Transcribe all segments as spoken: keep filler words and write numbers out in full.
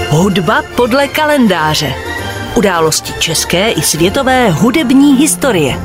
Hudba podle kalendáře. Události české i světové hudební historie.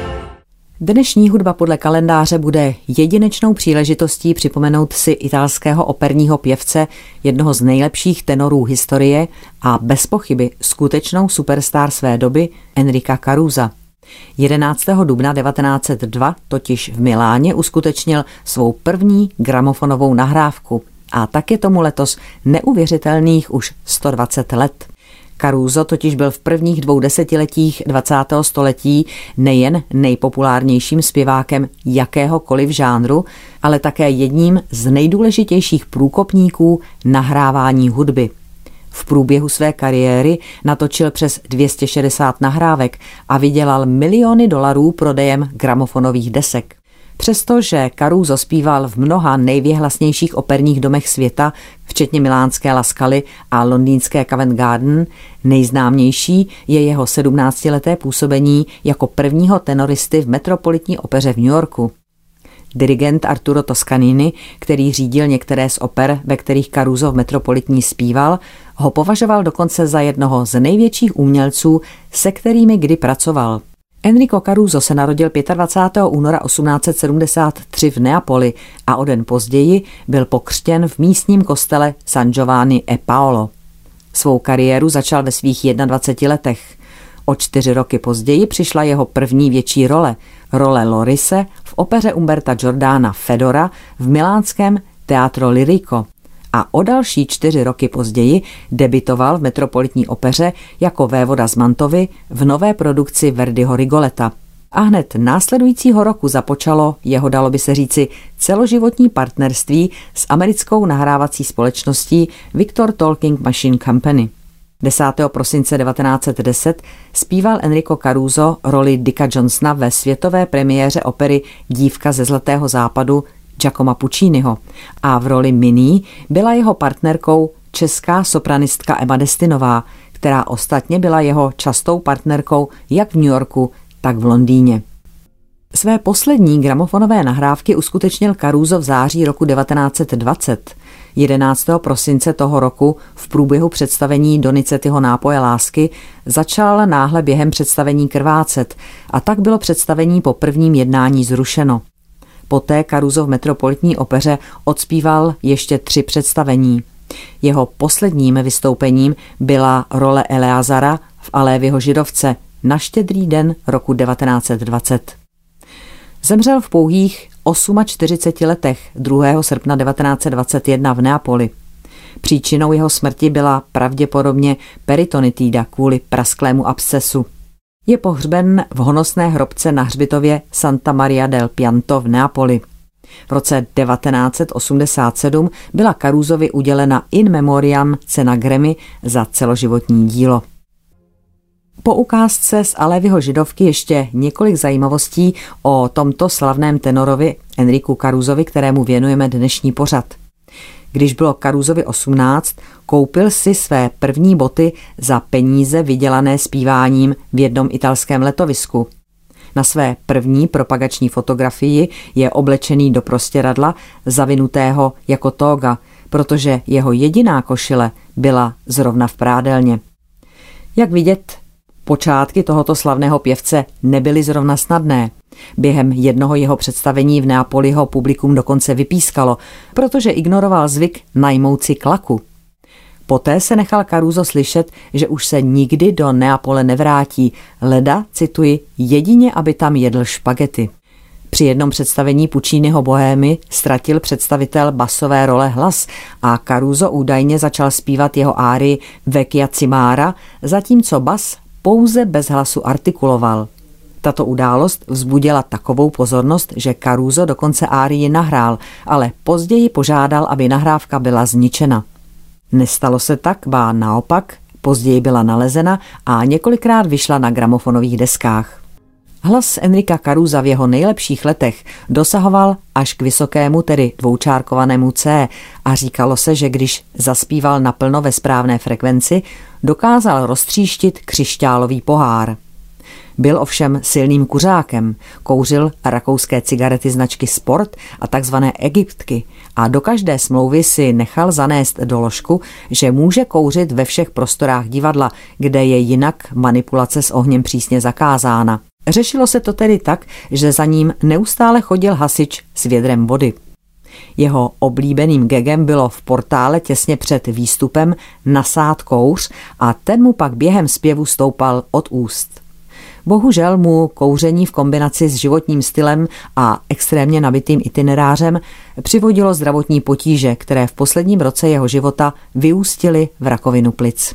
Dnešní hudba podle kalendáře bude jedinečnou příležitostí připomenout si italského operního pěvce, jednoho z nejlepších tenorů historie a bez pochyby skutečnou superstar své doby Enrica Carusa. jedenáctého dubna devatenáct set dva totiž v Miláně uskutečnil svou první gramofonovou nahrávku a tak je tomu letos neuvěřitelných už sto dvacet let. Caruso totiž byl v prvních dvou desetiletích dvacátého století nejen nejpopulárnějším zpěvákem jakéhokoliv žánru, ale také jedním z nejdůležitějších průkopníků nahrávání hudby. V průběhu své kariéry natočil přes dvě stě šedesát nahrávek a vydělal miliony dolarů prodejem gramofonových desek. Přestože Caruso zpíval v mnoha nejvěhlasnějších operních domech světa, včetně milánské La Scally a londýnské Covent Garden, nejznámější je jeho sedmnáctileté působení jako prvního tenoristy v Metropolitní opeře v New Yorku. Dirigent Arturo Toscanini, který řídil některé z oper, ve kterých Caruso v Metropolitní zpíval, ho považoval dokonce za jednoho z největších umělců, se kterými kdy pracoval. Enrico Caruso se narodil dvacátého pátého února osmnáct set sedmdesát tři v Neapoli a o den později byl pokřtěn v místním kostele San Giovanni e Paolo. Svou kariéru začal ve svých dvaceti jedné letech. O čtyři roky později přišla jeho první větší role, role Lorise v opeře Umberta Giordana Fedora v milánském Teatro Lirico. A o další čtyři roky později debitoval v Metropolitní opeře jako vévoda z Mantovy v nové produkci Verdiho Rigoleta. A hned následujícího roku započalo jeho, dalo by se říci, celoživotní partnerství s americkou nahrávací společností Victor Talking Machine Company. desátého prosince devatenáct set deset zpíval Enrico Caruso roli Dicka Johnsona ve světové premiéře opery Dívka ze Zlatého západu Giacomo Pucciniho a v roli Minnie byla jeho partnerkou česká sopranistka Emma Destinová, která ostatně byla jeho častou partnerkou jak v New Yorku, tak v Londýně. Své poslední gramofonové nahrávky uskutečnil Caruso v září roku devatenáct set dvacet. jedenáctého prosince toho roku v průběhu představení Donizettiho Nápoje lásky začal náhle během představení krvácet a tak bylo představení po prvním jednání zrušeno. Poté Caruso v Metropolitní opeře odspíval ještě tři představení. Jeho posledním vystoupením byla role Eleazara v Alévyho židovce na Štědrý den roku devatenáct set dvacet. Zemřel v pouhých čtyřiceti osmi letech druhého srpna devatenáct set dvacet jedna v Neapoli. Příčinou jeho smrti byla pravděpodobně peritonitída kvůli prasklému abscesu. Je pohřben v honosné hrobce na hřbitově Santa Maria del Pianto v Neapoli. V roce devatenáct set osmdesát sedm byla Carusovi udělena in memoriam cena Grammy za celoživotní dílo. Po ukázce z Alévyho židovky ještě několik zajímavostí o tomto slavném tenorovi Enricu Carusovi, kterému věnujeme dnešní pořad. Když bylo Carusovi osmnáct, koupil si své první boty za peníze vydělané zpíváním v jednom italském letovisku. Na své první propagační fotografii je oblečený do prostěradla, zavinutého jako tóga, protože jeho jediná košile byla zrovna v prádelně. Jak vidět, počátky tohoto slavného pěvce nebyly zrovna snadné. Během jednoho jeho představení v Neapoli ho publikum dokonce vypískalo, protože ignoroval zvyk najmout si klaku. Poté se nechal Caruso slyšet, že už se nikdy do Neapole nevrátí, leda, cituji, jedině, aby tam jedl špagety. Při jednom představení Pucciniho Bohémy ztratil představitel basové role hlas a Caruso údajně začal zpívat jeho árii Vecchia Cimara, zatímco bas pouze bez hlasu artikuloval. Tato událost vzbudila takovou pozornost, že Caruso dokonce árii nahrál, ale později požádal, aby nahrávka byla zničena. Nestalo se tak, ba naopak, později byla nalezena a několikrát vyšla na gramofonových deskách. Hlas Enrica Carusa v jeho nejlepších letech dosahoval až k vysokému, tedy dvoučárkovanému C a říkalo se, že když zaspíval naplno ve správné frekvenci, dokázal roztříštit křišťálový pohár. Byl ovšem silným kuřákem, kouřil rakouské cigarety značky Sport a takzvané Egyptky a do každé smlouvy si nechal zanést doložku, že může kouřit ve všech prostorách divadla, kde je jinak manipulace s ohněm přísně zakázána. Řešilo se to tedy tak, že za ním neustále chodil hasič s vědrem vody. Jeho oblíbeným gegem bylo v portále těsně před výstupem nasát kouř a ten mu pak během zpěvu stoupal od úst. Bohužel mu kouření v kombinaci s životním stylem a extrémně nabitým itinerářem přivodilo zdravotní potíže, které v posledním roce jeho života vyústily v rakovinu plic.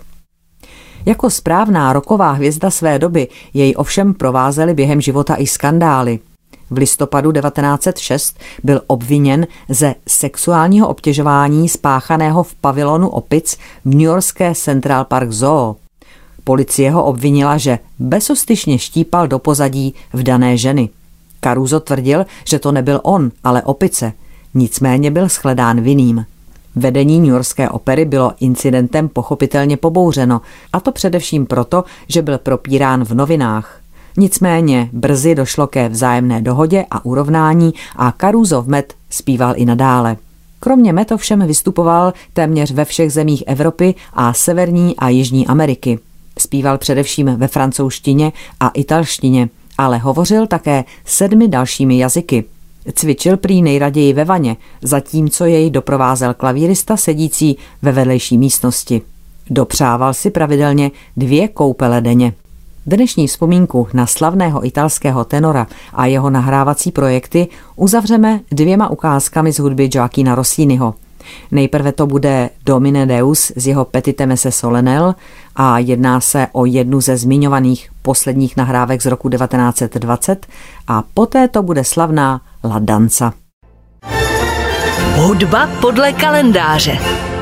Jako správná rocková hvězda své doby jej ovšem provázely během života i skandály. V listopadu devatenáct set šest byl obviněn ze sexuálního obtěžování spáchaného v pavilonu opic v newyorské Central Park Zoo. Policie ho obvinila, že bezostyšně štípal do pozadí vdané ženy. Caruso tvrdil, že to nebyl on, ale opice. Nicméně byl shledán vinným. Vedení newyorské opery bylo incidentem pochopitelně pobouřeno, a to především proto, že byl propírán v novinách. Nicméně brzy došlo ke vzájemné dohodě a urovnání a Caruso v Met zpíval i nadále. Kromě Met ovšem vystupoval téměř ve všech zemích Evropy a Severní a Jižní Ameriky. Zpíval především ve francouzštině a italštině, ale hovořil také sedmi dalšími jazyky. Cvičil prý nejraději ve vaně, zatímco jej doprovázel klavírista sedící ve vedlejší místnosti. Dopřával si pravidelně dvě koupele denně. Dnešní vzpomínku na slavného italského tenora a jeho nahrávací projekty uzavřeme dvěma ukázkami z hudby Gioachina Rossiniho. Nejprve to bude Domine Deus z jeho Petite Messe Solennelle a jedná se o jednu ze zmiňovaných posledních nahrávek z roku devatenáct set dvacet a poté to bude slavná La Danza. Hudba podle kalendáře.